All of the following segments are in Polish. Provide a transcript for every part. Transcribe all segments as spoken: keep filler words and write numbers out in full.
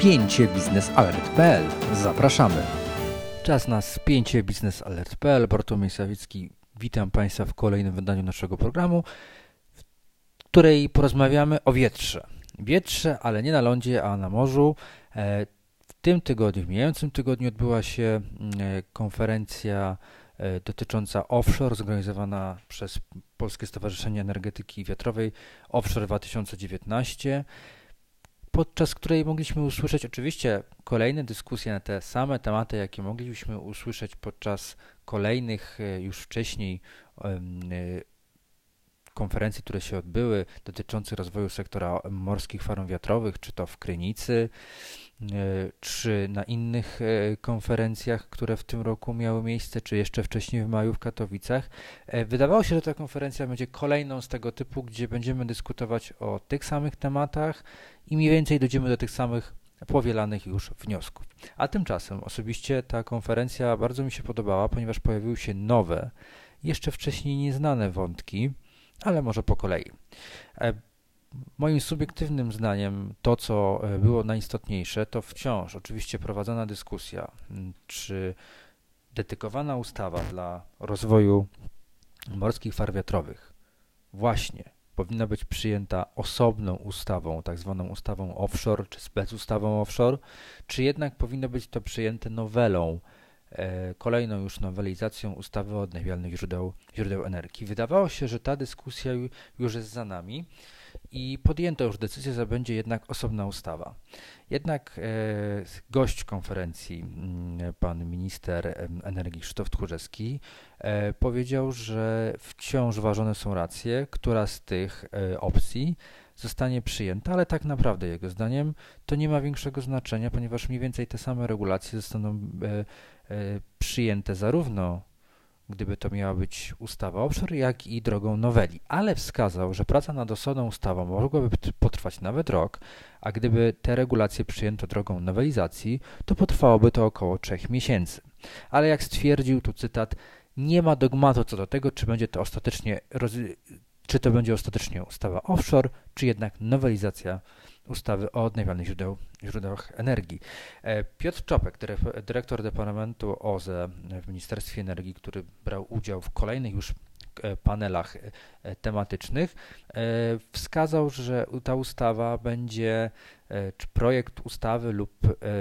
spięcie biznes alert kropka p l. Zapraszamy. Czas na spięcie biznes alert kropka p l. Bartłomiej Sawicki, witam Państwa w kolejnym wydaniu naszego programu, w której porozmawiamy o wietrze. Wietrze, ale nie na lądzie, a na morzu. W tym tygodniu, w mijającym tygodniu odbyła się konferencja dotycząca offshore, zorganizowana przez Polskie Stowarzyszenie Energetyki Wiatrowej Offshore dwa tysiące dziewiętnaście, podczas której mogliśmy usłyszeć oczywiście kolejne dyskusje na te same tematy, jakie mogliśmy usłyszeć podczas kolejnych już wcześniej konferencji, które się odbyły, dotyczących rozwoju sektora morskich farm wiatrowych, czy to w Krynicy, czy na innych konferencjach, które w tym roku miały miejsce, czy jeszcze wcześniej w maju w Katowicach. Wydawało się, że ta konferencja będzie kolejną z tego typu, gdzie będziemy dyskutować o tych samych tematach i mniej więcej dojdziemy do tych samych powielanych już wniosków. A tymczasem osobiście ta konferencja bardzo mi się podobała, ponieważ pojawiły się nowe, jeszcze wcześniej nieznane wątki, ale może po kolei. Moim subiektywnym zdaniem to, co było najistotniejsze, to wciąż oczywiście prowadzona dyskusja, czy dedykowana ustawa dla rozwoju morskich farm wiatrowych właśnie powinna być przyjęta osobną ustawą, tak zwaną ustawą offshore, czy specustawą offshore, czy jednak powinno być to przyjęte nowelą, e, kolejną już nowelizacją ustawy o odnawialnych źródeł, źródeł energii. Wydawało się, że ta dyskusja już jest za nami i podjęto już decyzję, że będzie jednak osobna ustawa. Jednak e, gość konferencji, pan minister energii Krzysztof Tchórzewski, e, powiedział, że wciąż ważone są racje, która z tych e, opcji zostanie przyjęta, ale tak naprawdę jego zdaniem to nie ma większego znaczenia, ponieważ mniej więcej te same regulacje zostaną e, e, przyjęte zarówno gdyby to miała być ustawa offshore, jak i drogą noweli. Ale wskazał, że praca nad osobną ustawą mogłaby potrwać nawet rok, a gdyby te regulacje przyjęto drogą nowelizacji, to potrwałoby to około trzech miesięcy. Ale jak stwierdził, tu cytat, nie ma dogmatu co do tego, czy będzie to ostatecznie, czy to będzie ostatecznie ustawa offshore, czy jednak nowelizacja ustawy o odnawialnych źródeł, źródłach energii. Piotr Czopek, dyrektor Departamentu O Z E w Ministerstwie Energii, który brał udział w kolejnych już panelach tematycznych, wskazał, że ta ustawa będzie, czy projekt ustawy lub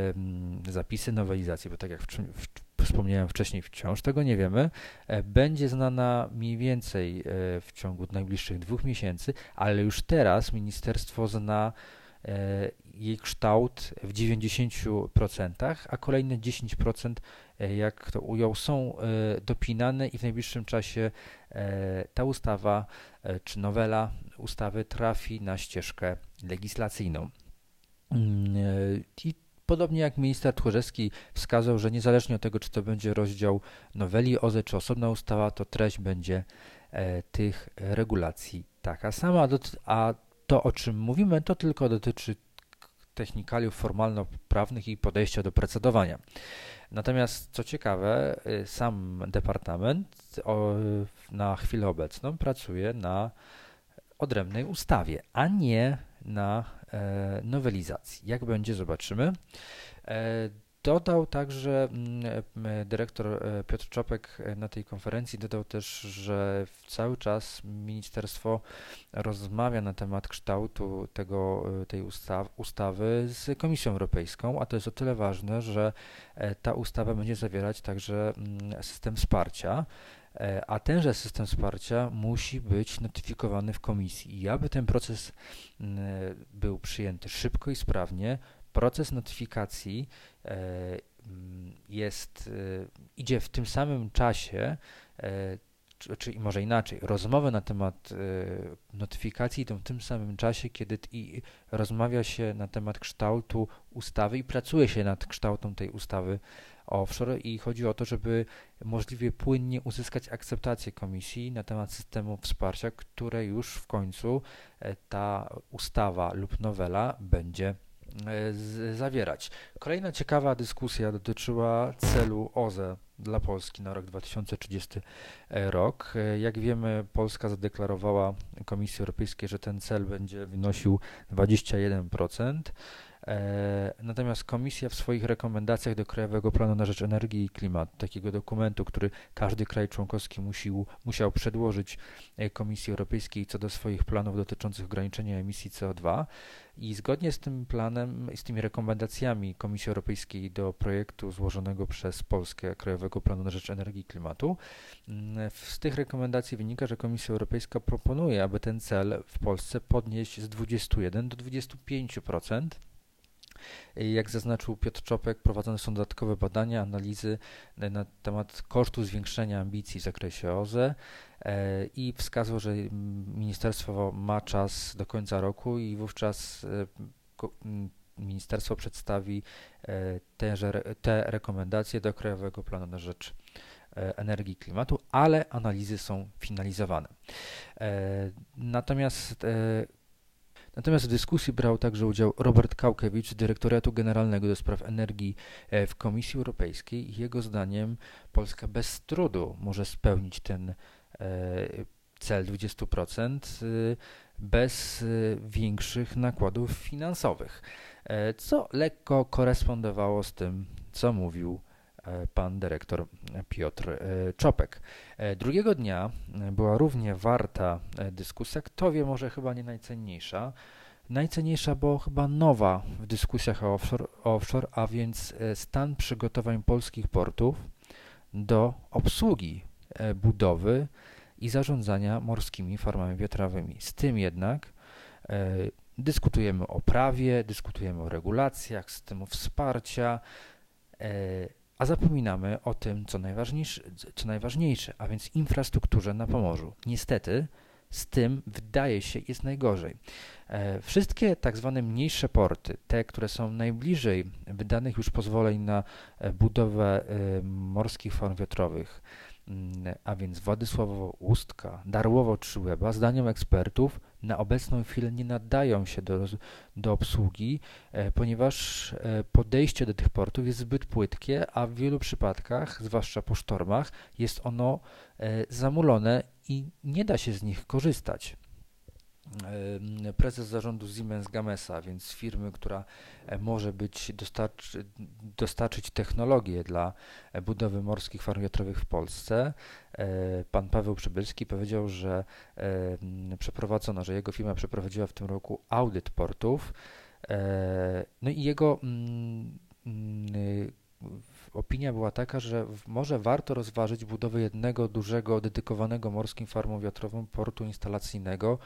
zapisy nowelizacji, bo tak jak w, w, wspomniałem wcześniej, wciąż tego nie wiemy, będzie znana mniej więcej w ciągu najbliższych dwóch miesięcy, ale już teraz ministerstwo zna jej kształt w dziewięćdziesięciu procentach, a kolejne dziesięć procent, jak to ujął, są dopinane i w najbliższym czasie ta ustawa czy nowela ustawy trafi na ścieżkę legislacyjną. I podobnie jak minister Tchórzewski wskazał, że niezależnie od tego, czy to będzie rozdział noweli O Z E, czy osobna ustawa, to treść będzie tych regulacji taka sama, a to, o czym mówimy, to tylko dotyczy technikaliów formalno-prawnych i podejścia do procedowania. Natomiast, co ciekawe, sam departament na chwilę obecną pracuje na odrębnej ustawie, a nie na nowelizacji. Jak będzie, zobaczymy. Dodał także dyrektor Piotr Czopek na tej konferencji, dodał też, że cały czas ministerstwo rozmawia na temat kształtu tego, tej ustaw, ustawy z Komisją Europejską, a to jest o tyle ważne, że ta ustawa będzie zawierać także system wsparcia, a tenże system wsparcia musi być notyfikowany w komisji. I aby ten proces był przyjęty szybko i sprawnie, proces notyfikacji jest, idzie w tym samym czasie, czy, czy może inaczej, rozmowy na temat notyfikacji idą w tym samym czasie, kiedy i rozmawia się na temat kształtu ustawy i pracuje się nad kształtem tej ustawy offshore i chodzi o to, żeby możliwie płynnie uzyskać akceptację komisji na temat systemu wsparcia, które już w końcu ta ustawa lub nowela będzie z, zawierać. Kolejna ciekawa dyskusja dotyczyła celu O Z E dla Polski na rok dwa tysiące trzydziesty rok. Jak wiemy, Polska zadeklarowała Komisji Europejskiej, że ten cel będzie wynosił dwadzieścia jeden procent. E, Natomiast Komisja w swoich rekomendacjach do Krajowego Planu na rzecz Energii i Klimatu, takiego dokumentu, który każdy kraj członkowski musił, musiał przedłożyć e, Komisji Europejskiej co do swoich planów dotyczących ograniczenia emisji C O dwa, i zgodnie z tym planem, z tymi rekomendacjami Komisji Europejskiej do projektu złożonego przez Polskę Krajowego Planu na rzecz Energii i Klimatu, mm, z tych rekomendacji wynika, że Komisja Europejska proponuje, aby ten cel w Polsce podnieść z dwudziestu jeden do dwudziestu pięciu procent. Jak zaznaczył Piotr Czopek, prowadzone są dodatkowe badania, analizy na temat kosztu zwiększenia ambicji w zakresie O Z E e, i wskazał, że ministerstwo ma czas do końca roku i wówczas e, ko, ministerstwo przedstawi e, te, te rekomendacje do Krajowego Planu na rzecz e, Energii i Klimatu, ale analizy są finalizowane. E, natomiast e, Natomiast w dyskusji brał także udział Robert Kałkiewicz z Dyrektoratu Generalnego do Spraw Energii w Komisji Europejskiej i jego zdaniem Polska bez trudu może spełnić ten cel dwudziestu procent bez większych nakładów finansowych, co lekko korespondowało z tym, co mówił pan dyrektor Piotr Czopek. Drugiego dnia była równie warta dyskusja, kto wie, może chyba nie najcenniejsza. Najcenniejsza, bo chyba nowa w dyskusjach o offshore, o offshore, a więc stan przygotowań polskich portów do obsługi budowy i zarządzania morskimi farmami wiatrowymi. Z tym jednak e, dyskutujemy o prawie, dyskutujemy o regulacjach, systemu wsparcia, e, a zapominamy o tym, co najważniejsze, co najważniejsze, a więc infrastrukturze na Pomorzu. Niestety z tym, wydaje się, jest najgorzej. E, wszystkie tak zwane mniejsze porty, te, które są najbliżej wydanych już pozwoleń na e, budowę e, morskich farm wiatrowych, a więc Władysławowo, Ustka, Darłowo czy Łeba, zdaniem ekspertów na obecną chwilę nie nadają się do, do obsługi, e, ponieważ e, podejście do tych portów jest zbyt płytkie, a w wielu przypadkach, zwłaszcza po sztormach, jest ono e, zamulone i nie da się z nich korzystać. Prezes zarządu Siemens Gamesa, więc firmy, która może być dostarczy, dostarczyć technologię dla budowy morskich farm wiatrowych w Polsce, pan Paweł Przybylski powiedział, że przeprowadzono, że jego firma przeprowadziła w tym roku audyt portów, no i jego opinia była taka, że może warto rozważyć budowę jednego dużego, dedykowanego morskim farmom wiatrowym portu instalacyjnego,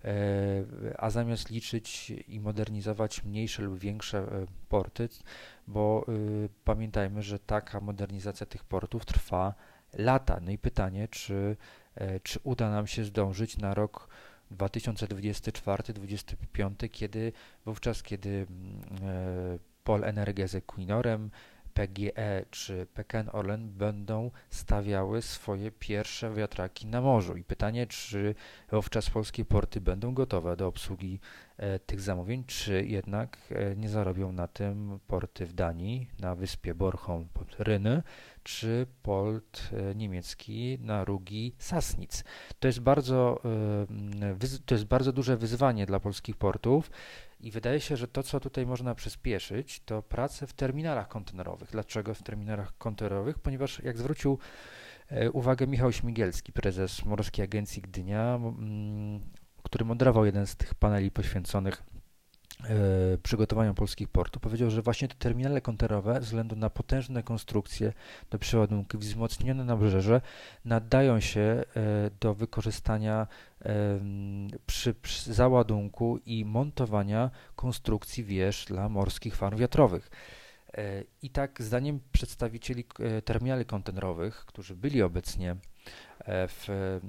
a zamiast liczyć i modernizować mniejsze lub większe porty, bo y, pamiętajmy, że taka modernizacja tych portów trwa lata. No i pytanie, czy, y, czy uda nam się zdążyć na rok dwa tysiące dwudziesty czwarty do dwudziesty piąty, kiedy wówczas, kiedy y, Polenergia z Equinorem, P G E czy P K N Orlen będą stawiały swoje pierwsze wiatraki na morzu. I pytanie, czy wówczas polskie porty będą gotowe do obsługi e, tych zamówień, czy jednak e, nie zarobią na tym porty w Danii, na wyspie Bornholm pod Ryny, czy port e, niemiecki na Rugi Sassnitz. To jest bardzo, e, wyz- to jest bardzo duże wyzwanie dla polskich portów. I wydaje się, że to, co tutaj można przyspieszyć, to prace w terminalach kontenerowych. Dlaczego w terminalach kontenerowych? Ponieważ, jak zwrócił e, uwagę Michał Śmigielski, prezes Morskiej Agencji Gdynia, m, który moderował jeden z tych paneli poświęconych e, przygotowaniu polskich portów, powiedział, że właśnie te terminale kontenerowe, ze względu na potężne konstrukcje do przeładunków, wzmocnione nabrzeże, nadają się e, do wykorzystania e, przy, przy załadunku i montowania konstrukcji wież dla morskich farm wiatrowych. E, I tak, zdaniem przedstawicieli e, terminali kontenerowych, którzy byli obecnie w,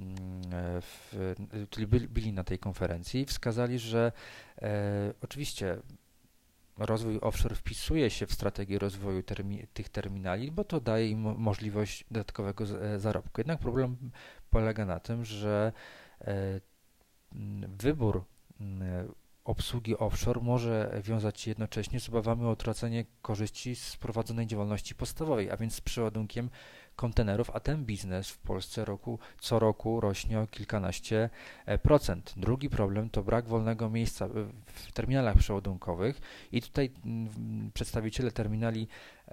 w, czyli byli, byli na tej konferencji, wskazali, że e, oczywiście rozwój offshore wpisuje się w strategię rozwoju termi, tych terminali, bo to daje im możliwość dodatkowego z, zarobku. Jednak problem polega na tym, że e, wybór e, obsługi offshore może wiązać się jednocześnie z obawami o utracenie korzyści z prowadzonej działalności podstawowej, a więc z przeładunkiem kontenerów, a ten biznes w Polsce roku, co roku rośnie o kilkanaście procent. Drugi problem to brak wolnego miejsca w terminalach przeładunkowych i tutaj przedstawiciele terminali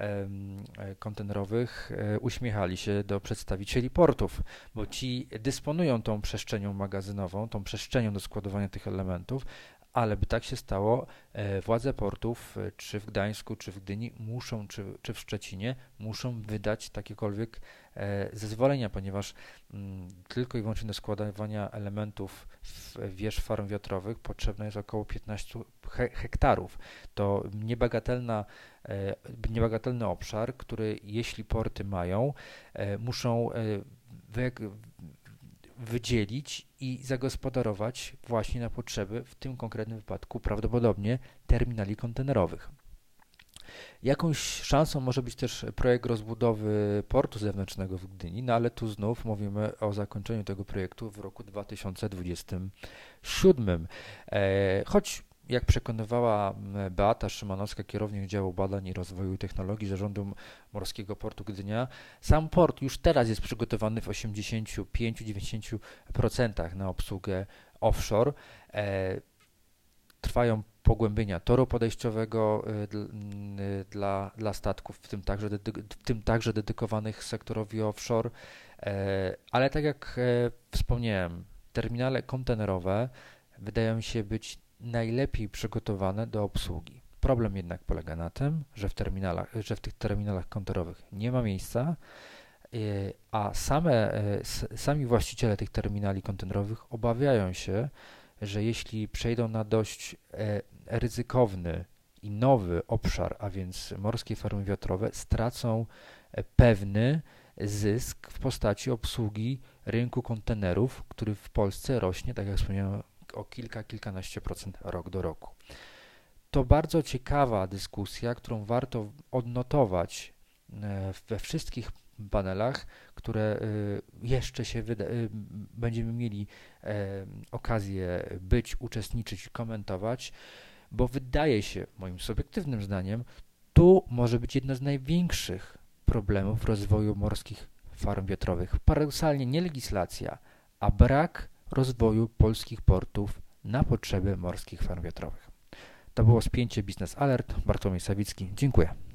kontenerowych uśmiechali się do przedstawicieli portów, bo ci dysponują tą przestrzenią magazynową, tą przestrzenią do składowania tych elementów, ale by tak się stało, władze portów, czy w Gdańsku, czy w Gdyni muszą, czy, czy w Szczecinie, muszą wydać takiekolwiek zezwolenia, ponieważ m, tylko i wyłącznie do składowania elementów w wież farm wiatrowych potrzebne jest około piętnaście he hektarów. To niebagatelna, e, niebagatelny obszar, który jeśli porty mają, e, muszą e, wy, wydzielić i zagospodarować właśnie na potrzeby, w tym konkretnym wypadku prawdopodobnie terminali kontenerowych. Jakąś szansą może być też projekt rozbudowy portu zewnętrznego w Gdyni, no ale tu znów mówimy o zakończeniu tego projektu w roku dwa tysiące dwudziestym siódmym. E, choć jak przekonywała Beata Szymanowska, kierownik działu badań i rozwoju i technologii Zarządu Morskiego Portu Gdynia, sam port już teraz jest przygotowany w osiemdziesięciu pięciu do dziewięćdziesięciu procent na obsługę offshore. E, trwają pogłębienia toru podejściowego dla, dla statków, w tym, także w tym także dedykowanych sektorowi offshore, ale tak jak wspomniałem, terminale kontenerowe wydają się być najlepiej przygotowane do obsługi. Problem jednak polega na tym, że w terminalach, że w tych terminalach kontenerowych nie ma miejsca, a same, sami właściciele tych terminali kontenerowych obawiają się, że jeśli przejdą na dość e, ryzykowny i nowy obszar, a więc morskie farmy wiatrowe, stracą e, pewny zysk w postaci obsługi rynku kontenerów, który w Polsce rośnie, tak jak wspomniałem, o kilka, kilkanaście procent rok do roku. To bardzo ciekawa dyskusja, którą warto odnotować e, we wszystkich panelach, które jeszcze się wyda- będziemy mieli okazję być, uczestniczyć, komentować, bo wydaje się, moim subiektywnym zdaniem, tu może być jedno z największych problemów rozwoju morskich farm wiatrowych. Paradoksalnie nie legislacja, a brak rozwoju polskich portów na potrzeby morskich farm wiatrowych. To było spięcie Biznes Alert. Bartłomiej Sawicki. Dziękuję.